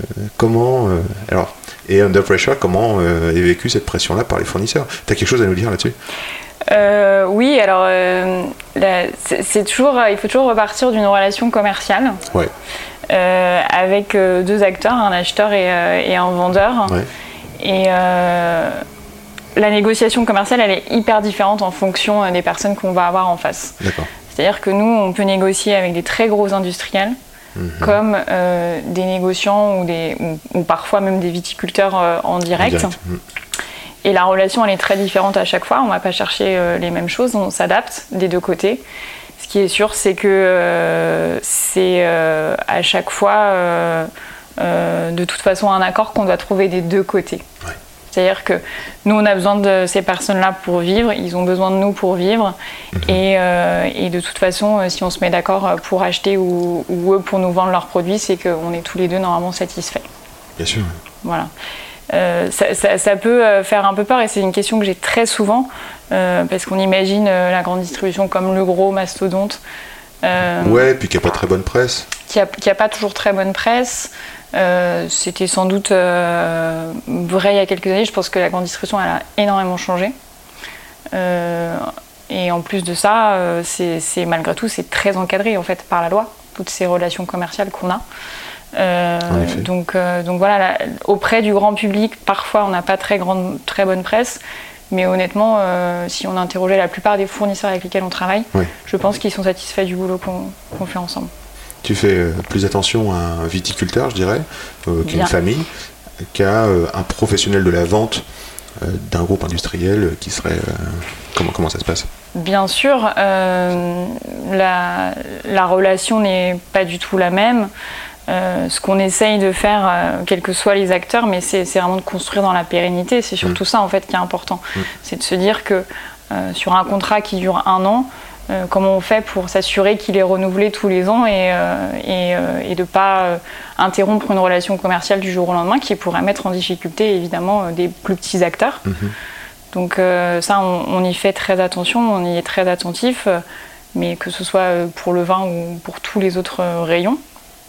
Et Under Pressure, comment est vécue cette pression-là par les fournisseurs ? T'as quelque chose à nous dire là-dessus ? Oui, alors c'est toujours, il faut toujours repartir d'une relation commerciale. Ouais. Avec deux acteurs, un acheteur et un vendeur. Ouais. Et la négociation commerciale, elle est hyper différente en fonction des personnes qu'on va avoir en face. D'accord. C'est-à-dire que nous, on peut négocier avec des très gros industriels, comme des négociants ou parfois même des viticulteurs en direct. Et la relation, elle est très différente à chaque fois. On ne va pas chercher les mêmes choses, on s'adapte des deux côtés. Ce qui est sûr, c'est que c'est à chaque fois, de toute façon, un accord qu'on doit trouver des deux côtés. Ouais. C'est-à-dire que nous, on a besoin de ces personnes-là pour vivre, ils ont besoin de nous pour vivre. Et de toute façon, si on se met d'accord pour acheter ou eux pour nous vendre leurs produits, c'est qu'on est tous les deux normalement satisfaits. Bien sûr. Voilà. Ça peut faire un peu peur et c'est une question que j'ai très souvent parce qu'on imagine la grande distribution comme le gros mastodonte. Ouais, puis qui n'a pas très bonne presse. Qui a pas toujours très bonne presse. C'était sans doute vrai il y a quelques années. Je pense que la grande distribution elle a énormément changé. Et en plus de ça, c'est malgré tout c'est très encadré en fait par la loi, toutes ces relations commerciales qu'on a. Donc voilà, auprès du grand public, parfois on n'a pas très bonne presse, mais honnêtement, si on interrogeait la plupart des fournisseurs avec lesquels on travaille, je pense qu'ils sont satisfaits du boulot qu'on fait ensemble. Tu fais plus attention à un viticulteur, je dirais, qui est une famille, qu'à un professionnel de la vente d'un groupe industriel qui serait... Comment ça se passe ? Bien sûr, la relation n'est pas du tout la même. Ce qu'on essaye de faire, quels que soient les acteurs, mais c'est vraiment de construire dans la pérennité. C'est surtout ça en fait qui est important. C'est de se dire que sur un contrat qui dure 1 an, comment on fait pour s'assurer qu'il est renouvelé tous les ans et de ne pas interrompre une relation commerciale du jour au lendemain qui pourrait mettre en difficulté évidemment des plus petits acteurs. Donc ça, on y fait très attention, on y est très attentif, mais que ce soit pour le vin ou pour tous les autres rayons.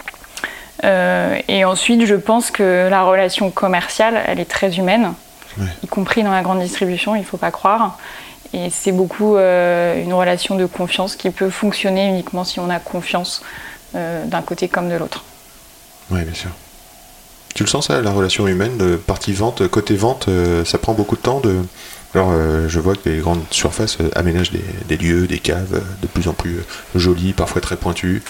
Et ensuite, je pense que la relation commerciale, elle est très humaine, y compris dans la grande distribution, il ne faut pas croire. Et c'est beaucoup une relation de confiance qui peut fonctionner uniquement si on a confiance d'un côté comme de l'autre. Oui, bien sûr. Tu le sens ça, la relation humaine, de partie vente, côté vente, ça prend beaucoup de temps de... Alors, je vois que les grandes surfaces aménagent des lieux, des caves de plus en plus jolis, parfois très pointus.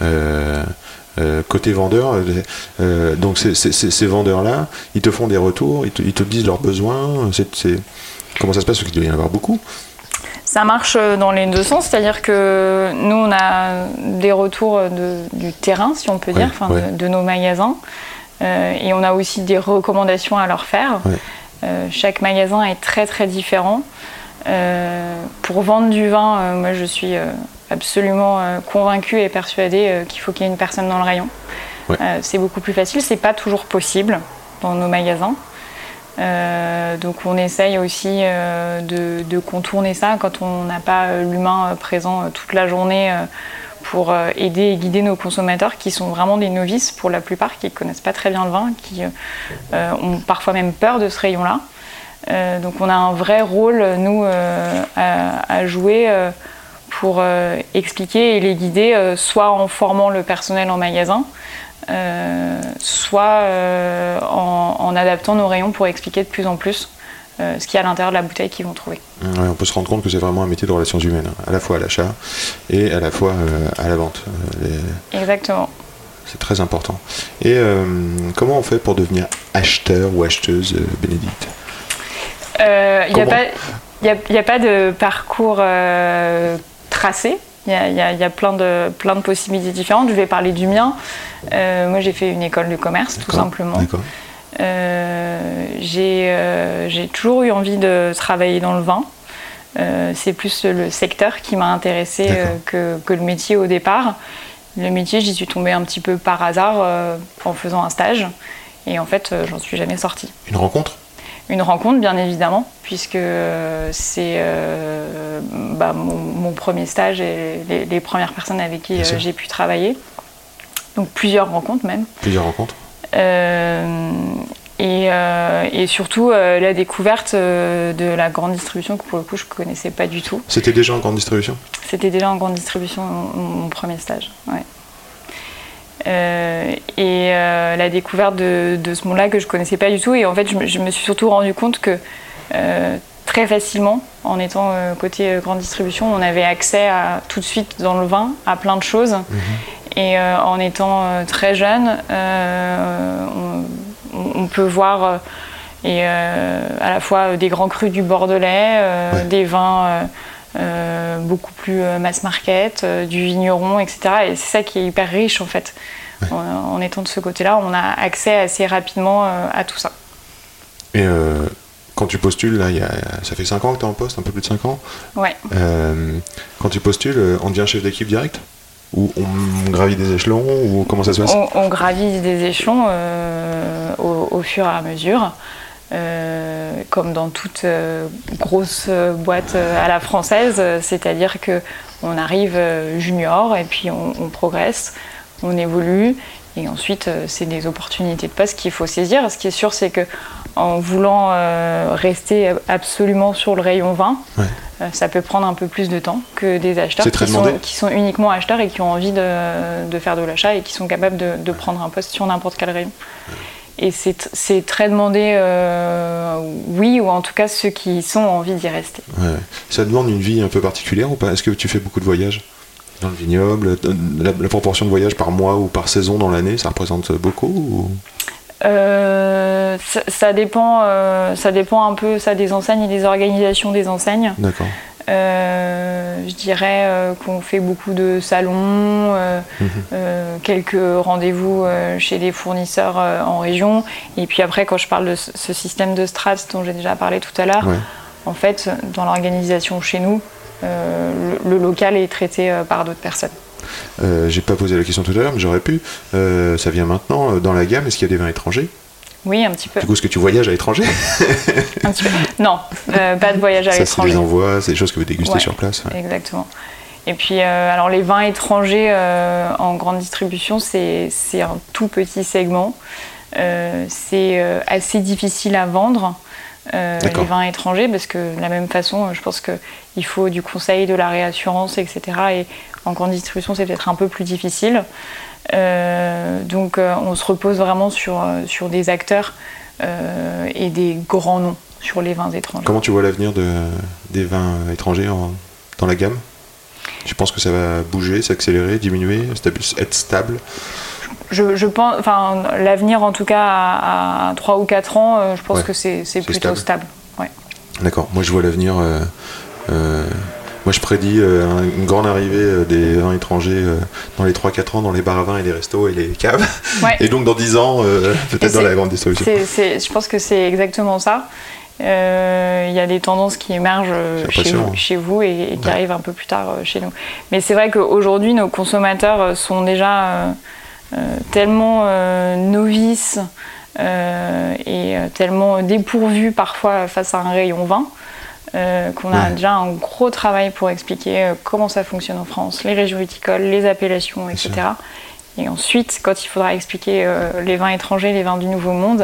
Côté vendeur, donc ces vendeurs-là, ils te font des retours, ils te disent leurs besoins. Comment ça se passe? Parce qu'il doit y en avoir beaucoup. Ça marche dans les deux sens, c'est-à-dire que nous, on a des retours du terrain, si on peut dire, de nos magasins. Et on a aussi des recommandations à leur faire. Chaque magasin est très très différent. Pour vendre du vin, moi je suis absolument convaincue et persuadée qu'il faut qu'il y ait une personne dans le rayon. C'est beaucoup plus facile, c'est pas toujours possible dans nos magasins. Donc on essaye aussi de contourner ça quand on n'a pas l'humain présent toute la journée pour aider et guider nos consommateurs qui sont vraiment des novices pour la plupart, qui ne connaissent pas très bien le vin, qui ont parfois même peur de ce rayon-là. Donc on a un vrai rôle, nous, à jouer pour expliquer et les guider, soit en formant le personnel en magasin, soit en adaptant nos rayons pour expliquer de plus en plus ce qu'il y a à l'intérieur de la bouteille qu'ils vont trouver. On peut se rendre compte que c'est vraiment un métier de relations humaines, à la fois à l'achat et à la fois à la vente. Exactement. C'est très important. Et comment on fait pour devenir acheteur ou acheteuse, Bénédicte? Il n'y a pas de parcours tracé. Il y a plein de possibilités différentes. Je vais parler du mien. Moi, j'ai fait une école de commerce, tout simplement. D'accord. J'ai toujours eu envie de travailler dans le vin. C'est plus le secteur qui m'a intéressée que le métier au départ. Le métier, j'y suis tombée un petit peu par hasard en faisant un stage. Et en fait, j'en suis jamais sortie. Une rencontre ? Une rencontre, bien évidemment, puisque c'est mon premier stage et les premières personnes avec qui j'ai pu travailler. Donc plusieurs rencontres même. Plusieurs rencontres. Et surtout la découverte de la grande distribution que pour le coup je ne connaissais pas du tout. C'était déjà en grande distribution ? C'était déjà en grande distribution mon premier stage, ouais. La découverte de ce monde-là que je ne connaissais pas du tout. Et en fait, je me suis surtout rendu compte que très facilement, en étant côté grande distribution, on avait accès tout de suite dans le vin à plein de choses. Et en étant très jeune, on peut voir à la fois des grands crus du Bordelais, des vins beaucoup plus mass market, du vigneron, etc. Et c'est ça qui est hyper riche en fait. En étant de ce côté-là, on a accès assez rapidement à tout ça. Et quand tu postules, là, ça fait 5 ans que tu es en poste, un peu plus de 5 ans. Ouais. Quand tu postules, on devient chef d'équipe direct ? Ou on gravit des échelons, ou comment ça se passe ? On gravit des échelons au fur et à mesure. Comme dans toute grosse boîte à la française, c'est-à-dire qu'on arrive junior et puis on progresse, on évolue et ensuite c'est des opportunités de poste qu'il faut saisir. Ce qui est sûr, c'est qu'en voulant rester absolument sur le rayon vin, ça peut prendre un peu plus de temps que des acheteurs qui sont uniquement acheteurs et qui ont envie de faire de l'achat et qui sont capables de prendre un poste sur n'importe quel rayon. Et c'est très demandé, oui, ou en tout cas ceux qui ont envie d'y rester. Ça demande une vie un peu particulière ou pas ? Est-ce que tu fais beaucoup de voyages dans le vignoble ? La proportion de voyages par mois ou par saison dans l'année, ça représente beaucoup ou... Ça dépend un peu ça des enseignes et des organisations des enseignes. D'accord. Je dirais qu'on fait beaucoup de salons, quelques rendez-vous chez des fournisseurs en région. Et puis après, quand je parle de ce système de strats dont j'ai déjà parlé tout à l'heure, en fait, dans l'organisation chez nous, le local est traité par d'autres personnes. J'ai pas posé la question tout à l'heure, mais j'aurais pu. Ça vient maintenant. Dans la gamme, est-ce qu'il y a des vins étrangers ? Oui, un petit peu. Du coup, est-ce que tu voyages à l'étranger ? Un petit peu. Non, pas de voyage à l'étranger. Ça, c'est des envois, c'est des choses que vous dégustez sur place. Ouais. Exactement. Et puis, alors les vins étrangers en grande distribution, c'est un tout petit segment. C'est assez difficile à vendre, les vins étrangers, parce que de la même façon, je pense qu'il faut du conseil, de la réassurance, etc. Et en grande distribution, c'est peut-être un peu plus difficile. Donc on se repose vraiment sur des acteurs et des grands noms sur les vins étrangers. Comment tu vois l'avenir des vins étrangers dans la gamme ? Tu penses que ça va bouger, s'accélérer, diminuer, être stable ? Je pense, enfin, l'avenir en tout cas à 3 ou 4 ans, je pense que c'est plutôt stable. Ouais. D'accord, moi je vois l'avenir... Moi, je prédis une grande arrivée des vins étrangers dans les 3-4 ans dans les bars à vin et les restos et les caves. Ouais. Et donc, dans 10 ans, peut-être dans la grande distribution. Je pense que c'est exactement ça. Il y a des tendances qui émergent chez vous et qui arrivent un peu plus tard chez nous. Mais c'est vrai qu'aujourd'hui, nos consommateurs sont déjà tellement novices et tellement dépourvus parfois face à un rayon vin. Qu'on a déjà un gros travail pour expliquer comment ça fonctionne en France, les régions viticoles, les appellations, etc. Et ensuite, quand il faudra expliquer les vins étrangers, les vins du Nouveau Monde,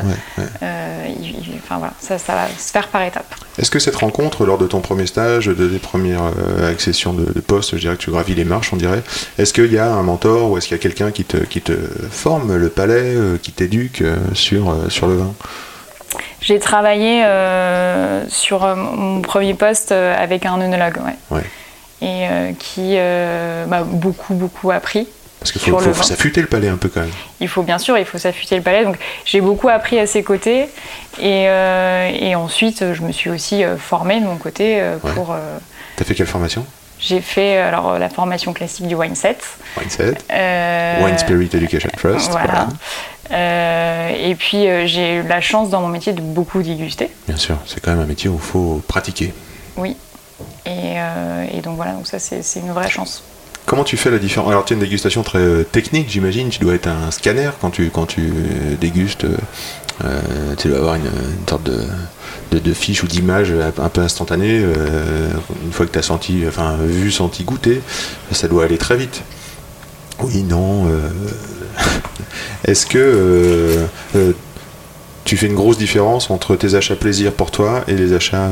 ça va se faire par étapes. Est-ce que cette rencontre, lors de ton premier stage, des premières accessions de poste, je dirais que tu gravis les marches, on dirait, est-ce qu'il y a un mentor ou est-ce qu'il y a quelqu'un qui te forme le palais, qui t'éduque sur le vin ? J'ai travaillé sur mon premier poste avec un œnologue, et qui m'a beaucoup appris. Parce qu'il faut s'affûter le palais un peu quand même. Il faut s'affûter le palais. Donc j'ai beaucoup appris à ses côtés et ensuite je me suis aussi formée de mon côté pour. T'as fait quelle formation ? J'ai fait la formation classique du Wineset. Wine Spirit Education Trust. Voilà. Et puis j'ai eu la chance dans mon métier de beaucoup déguster. Bien sûr, c'est quand même un métier où il faut pratiquer. Oui. Et donc voilà, donc ça c'est une vraie chance. Comment tu fais la différence ? Alors tu as une dégustation très technique, j'imagine. Tu dois être un scanner quand tu dégustes. Tu dois avoir une sorte de fiche ou d'image un peu instantanée. Une fois que tu as vu, senti, goûté, ça doit aller très vite. Oui, non. Est-ce que tu fais une grosse différence entre tes achats plaisir pour toi et les achats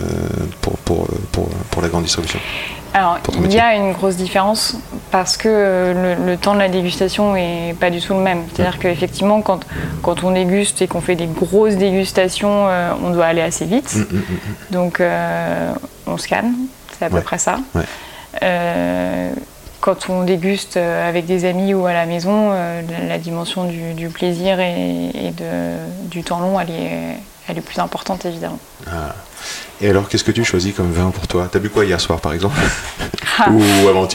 pour la grande distribution ? Alors, il y a une grosse différence parce que le temps de la dégustation n'est pas du tout le même. C'est-à-dire qu'effectivement, quand on déguste et qu'on fait des grosses dégustations, on doit aller assez vite. Donc, on scanne, c'est à peu près ça. Quand on déguste avec des amis ou à la maison, la dimension du plaisir et du temps long, elle est plus importante, évidemment. Ah. Et alors, qu'est-ce que tu choisis comme vin pour toi ? T'as bu quoi hier soir, par exemple ? Ou avant-hier ?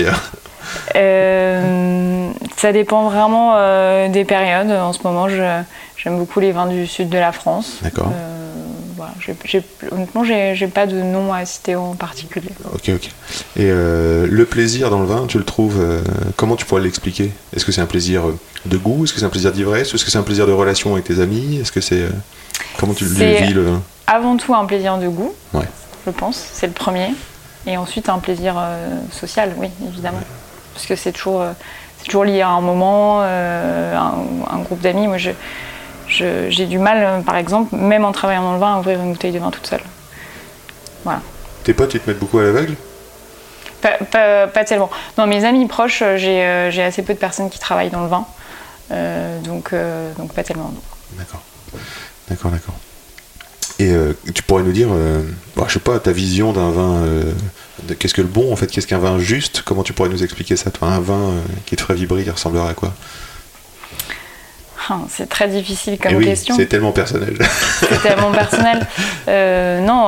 Ça dépend vraiment des périodes. En ce moment, j'aime beaucoup les vins du sud de la France. D'accord. Voilà, honnêtement, j'ai pas de nom à citer en particulier. Ok. Et le plaisir dans le vin, tu le trouves comment tu pourrais l'expliquer ? Est-ce que c'est un plaisir de goût ? Est-ce que c'est un plaisir d'ivresse ? Est-ce que c'est un plaisir de relation avec tes amis ? Est-ce que c'est comment tu le vis le vin ? Avant tout un plaisir de goût, je pense, c'est le premier. Et ensuite un plaisir social, oui, évidemment. Parce que c'est toujours lié à un moment, un groupe d'amis. Moi, j'ai du mal, par exemple, même en travaillant dans le vin, à ouvrir une bouteille de vin toute seule. Voilà. Tes potes, ils te mettent beaucoup à l'aveugle ? Pas tellement. Non, mes amis proches, j'ai assez peu de personnes qui travaillent dans le vin. Donc pas tellement, non. D'accord. Et tu pourrais nous dire, je sais pas, ta vision d'un vin, qu'est-ce que le bon en fait, qu'est-ce qu'un vin juste ? Comment tu pourrais nous expliquer ça, toi ? Un vin qui te ferait vibrer, il ressemblerait à quoi ? C'est très difficile comme oui, question. C'est tellement personnel. C'est tellement personnel. Non,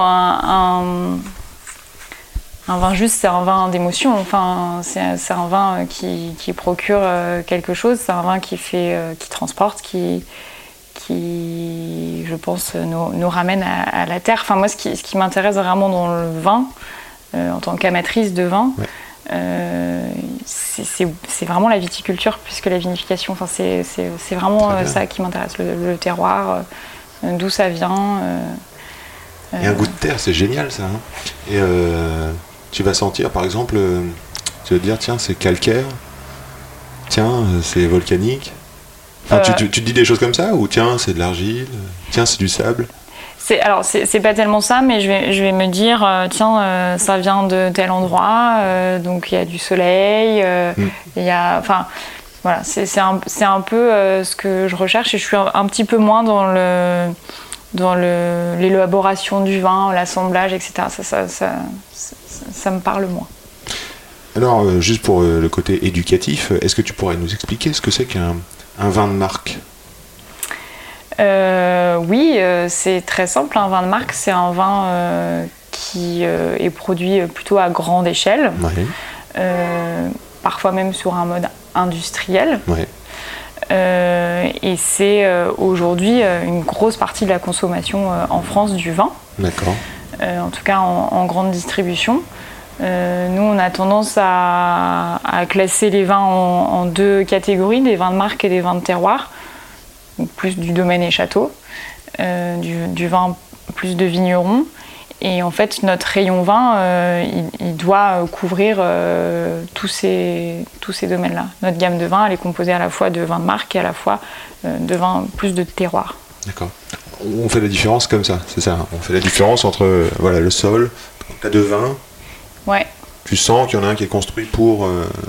un vin juste, c'est un vin d'émotion. Enfin, c'est un vin qui procure quelque chose. C'est un vin qui transporte, qui je pense, nous ramène à la terre. Enfin, moi, ce qui m'intéresse vraiment dans le vin, en tant qu'amatrice de vin, c'est vraiment la viticulture plus que la vinification. Enfin, c'est vraiment ça qui m'intéresse, le terroir, d'où ça vient. Et un goût de terre, c'est génial ça. Hein. Et tu vas sentir, par exemple, tu vas te dire, tiens, c'est calcaire, tiens, c'est volcanique. Enfin, tu te dis des choses comme ça, ou tiens, c'est de l'argile, tiens, c'est du sable. Alors, c'est pas tellement ça, mais je vais me dire, tiens, ça vient de tel endroit, donc il y a du soleil, il y a... Enfin, voilà, c'est un peu ce que je recherche, et je suis un petit peu moins dans l'élaboration du vin, l'assemblage, etc. Ça me parle moins. Alors, juste pour le côté éducatif, est-ce que tu pourrais nous expliquer ce que c'est qu'un vin de marque ? Oui, c'est très simple. Un vin de marque, c'est un vin qui est produit plutôt à grande échelle, parfois même sur un mode industriel. Et c'est aujourd'hui une grosse partie de la consommation en France du vin. D'accord. En tout cas en grande distribution. Nous, on a tendance à classer les vins en deux catégories, des vins de marque et des vins de terroir. Donc plus du domaine et château, du vin plus de vignerons. Et en fait, notre rayon vin, il doit couvrir tous ces domaines-là. Notre gamme de vin, elle est composée à la fois de vins de marque et à la fois de vins plus de terroir. D'accord. On fait la différence comme ça, c'est ça. On fait la différence entre le sol, tu as deux vins. Ouais. Tu sens qu'il y en a un qui est construit pour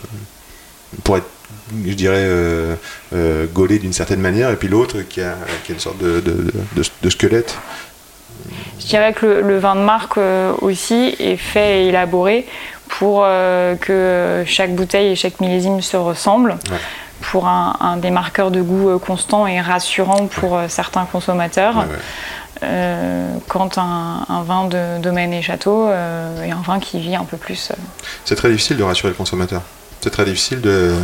être, je dirais, gaulé d'une certaine manière, et puis l'autre qui a une sorte de squelette. Je dirais que le vin de marque aussi est fait et élaboré pour que chaque bouteille et chaque millésime se ressemblent, pour un des marqueurs de goût constant et rassurant pour certains consommateurs. Quand un vin de domaine et château est un vin qui vit un peu plus. C'est très difficile de rassurer le consommateur. C'est très difficile de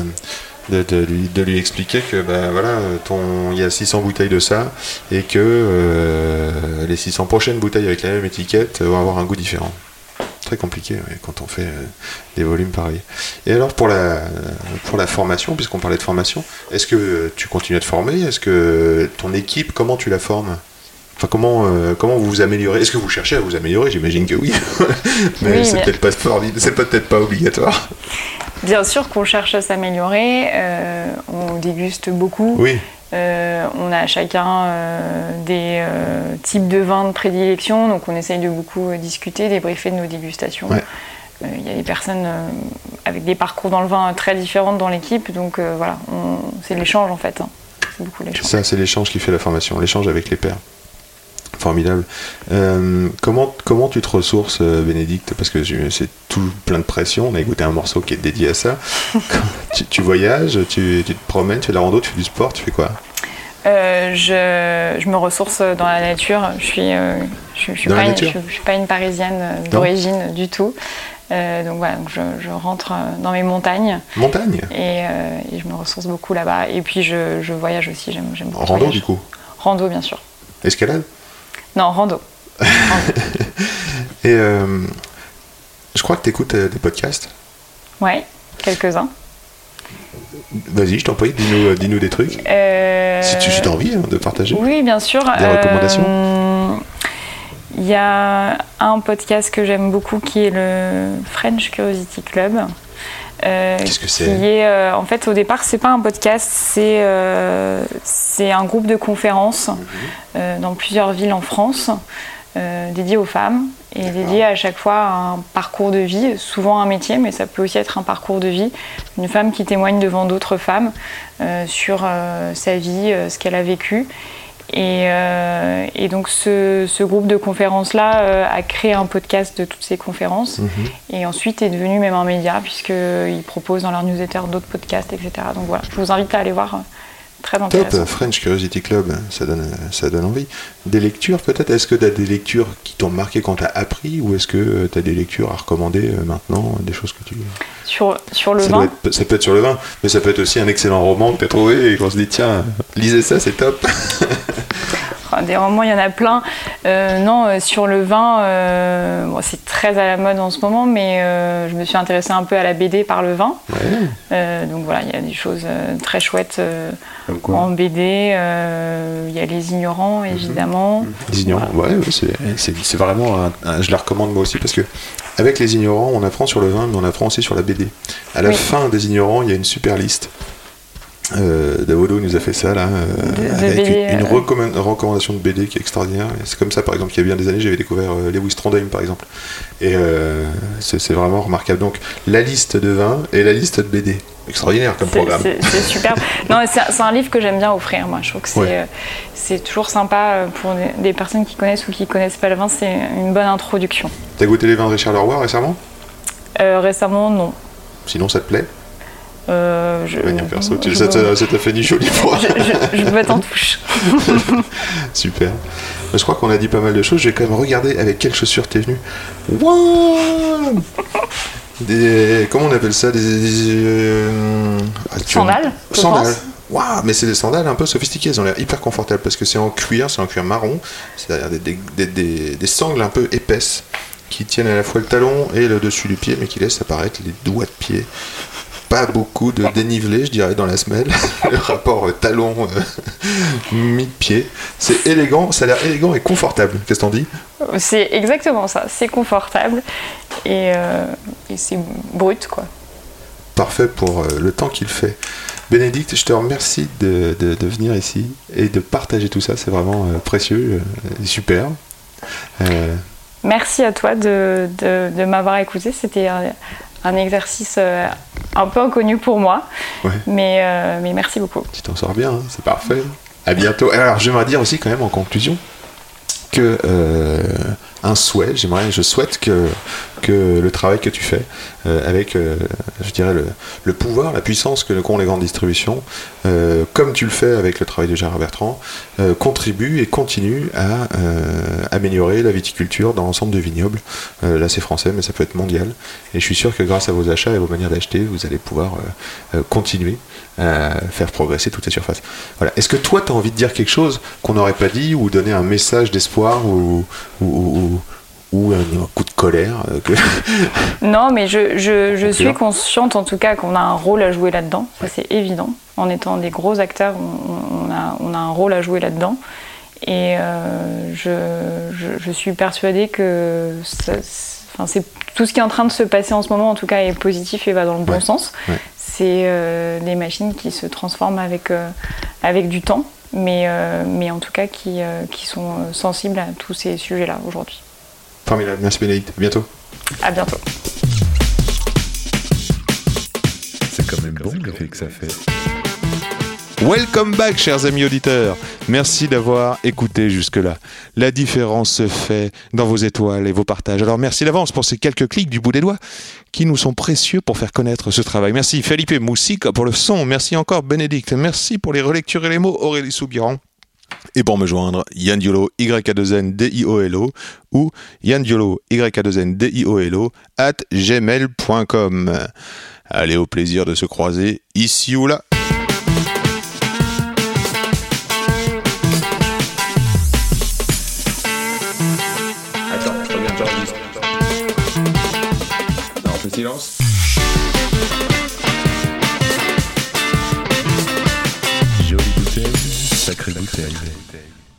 lui expliquer que il y a 600 bouteilles de ça et que les 600 prochaines bouteilles avec la même étiquette vont avoir un goût différent. Très compliqué quand on fait des volumes pareils. Et alors pour la formation, puisqu'on parlait de formation, est-ce que tu continues à te former ? Est-ce que ton équipe, comment tu la formes ? Enfin, comment vous vous améliorez ? Est-ce que vous cherchez à vous améliorer ? J'imagine que oui. Mais c'est peut-être pas obligatoire. Bien sûr qu'on cherche à s'améliorer. On déguste beaucoup. Oui. On a chacun des types de vins de prédilection. Donc on essaye de beaucoup discuter, débriefer de nos dégustations. Il y a des personnes avec des parcours dans le vin très différentes dans l'équipe. Donc c'est l'échange en fait. C'est beaucoup l'échange. Ça, c'est l'échange qui fait la formation. L'échange avec les pairs. Formidable. Comment tu te ressources, Bénédicte ? Parce que c'est tout plein de pression. On a écouté un morceau qui est dédié à ça. tu voyages, tu te promènes, tu fais de la rando, tu fais du sport, tu fais quoi ? Je me ressource dans la nature. Je suis pas une Parisienne d'origine du tout. Donc voilà, je rentre dans mes montagnes. Montagnes ? Et je me ressource beaucoup là-bas. Et puis je voyage aussi. J'aime beaucoup. Rando du coup ? Rando, bien sûr. Escalade ? Non, rando. Et je crois que tu écoutes des podcasts. Ouais, quelques-uns. Vas-y, je t'en prie, dis-nous des trucs. Si tu as envie de partager. Oui, bien sûr. Des recommandations. Il y a un podcast que j'aime beaucoup qui est le French Curiosity Club. Qu'est-ce que c'est ? En fait, au départ, c'est pas un podcast, c'est un groupe de conférences dans plusieurs villes en France, dédié aux femmes et dédié à chaque fois à un parcours de vie, souvent un métier, mais ça peut aussi être un parcours de vie. Une femme qui témoigne devant d'autres femmes sur sa vie, ce qu'elle a vécu. Et donc ce groupe de conférences-là a créé un podcast de toutes ces conférences et ensuite est devenu même un média puisqu'ils proposent dans leur newsletter d'autres podcasts, etc. Donc voilà, je vous invite à aller voir Très intéressant. Top, French Curiosity Club, ça donne envie. Des lectures peut-être, est-ce que tu as des lectures qui t'ont marqué quand tu as appris, ou est-ce que tu as des lectures à recommander maintenant, des choses que tu... Sur le vin Ça peut être sur le vin, mais ça peut être aussi un excellent roman que tu as trouvé et qu'on se dit tiens, lisez ça, c'est top. Des romans, il y en a plein. Sur le vin, c'est très à la mode en ce moment, mais je me suis intéressée un peu à la BD par le vin. Ouais. Donc voilà, il y a des choses très chouettes en BD. Il y a Les Ignorants, évidemment. Les Ignorants, voilà. ouais, c'est vraiment je la recommande moi aussi, parce que avec Les Ignorants, on apprend sur le vin, mais on apprend aussi sur la BD. À la fin des Ignorants, il y a une super liste. Davodo nous a fait ça là, avec BD, une recommandation de BD qui est extraordinaire. Et c'est comme ça, par exemple, qu'il y a bien des années, j'avais découvert Lewis Trondheim, par exemple. Et c'est vraiment remarquable. Donc, la liste de vins et la liste de BD. Extraordinaire comme programme. C'est super. Non, c'est un livre que j'aime bien offrir, moi. Je trouve que c'est toujours sympa pour des personnes qui connaissent ou qui connaissent pas le vin. C'est une bonne introduction. T'as goûté les vins de Richard Leroy récemment ? Récemment, non. Sinon, ça te plaît ? Manière perso, ça t'a fait ni chaud ni froid. Je bois en touche. Super. Je crois qu'on a dit pas mal de choses. Je vais quand même regarder avec quelles chaussures t'es venu. Wow, comment on appelle ça, sandales. Sandales. Waouh, mais c'est des sandales un peu sophistiquées. Elles ont l'air hyper confortables parce que c'est en cuir marron. C'est-à-dire des sangles un peu épaisses qui tiennent à la fois le talon et le dessus du pied, mais qui laissent apparaître les doigts de pied. Pas beaucoup de dénivelé, je dirais, dans la semelle. Le rapport talon mi-pied. C'est élégant, ça a l'air élégant et confortable. Qu'est-ce que t'en dis ? C'est exactement ça. C'est confortable et c'est brut, quoi. Parfait pour le temps qu'il fait. Bénédicte, je te remercie de venir ici et de partager tout ça. C'est vraiment précieux, super. Merci à toi de m'avoir écouté. C'était un exercice un peu inconnu pour moi, mais merci beaucoup. Tu t'en sors bien, hein, c'est parfait. À bientôt. Alors, j'aimerais dire aussi quand même en conclusion que je souhaite que le travail que tu fais avec, je dirais, le pouvoir, la puissance qu'ont les grandes distributions, comme tu le fais avec le travail de Gérard Bertrand, contribue et continue à améliorer la viticulture dans l'ensemble de vignobles. Là, c'est français, mais ça peut être mondial. Et je suis sûr que grâce à vos achats et vos manières d'acheter, vous allez pouvoir continuer à faire progresser toutes ces surfaces. Voilà. Est-ce que toi, tu as envie de dire quelque chose qu'on n'aurait pas dit, ou donner un message d'espoir, ou un coup de colère Non, mais je suis consciente en tout cas qu'on a un rôle à jouer là-dedans, ça c'est évident. En étant des gros acteurs, on a un rôle à jouer là-dedans. Et je suis persuadée que c'est tout ce qui est en train de se passer en ce moment, en tout cas, est positif et va dans le bon sens. Ouais. C'est des machines qui se transforment avec du temps, mais en tout cas qui sont sensibles à tous ces sujets-là aujourd'hui. Formidable, merci Bénédicte, à bientôt. À bientôt. C'est quand même bon l'effet que ça fait. Welcome back, chers amis auditeurs. Merci d'avoir écouté jusque-là. La différence se fait dans vos étoiles et vos partages. Alors merci d'avance pour ces quelques clics du bout des doigts qui nous sont précieux pour faire connaître ce travail. Merci Felipe Moussica pour le son. Merci encore Bénédicte. Merci pour les relectures et les mots Aurélie Soubiran. Et pour me joindre, Yann Diolo, YA2NDIOLO ou Yann Diolo, YA2NDIOLO @gmail.com. Allez, au plaisir de se croiser ici ou là. Attends, je reviens, j'enregistre. Non, on fait silence. Jolie bouteille, sacrée bouteille.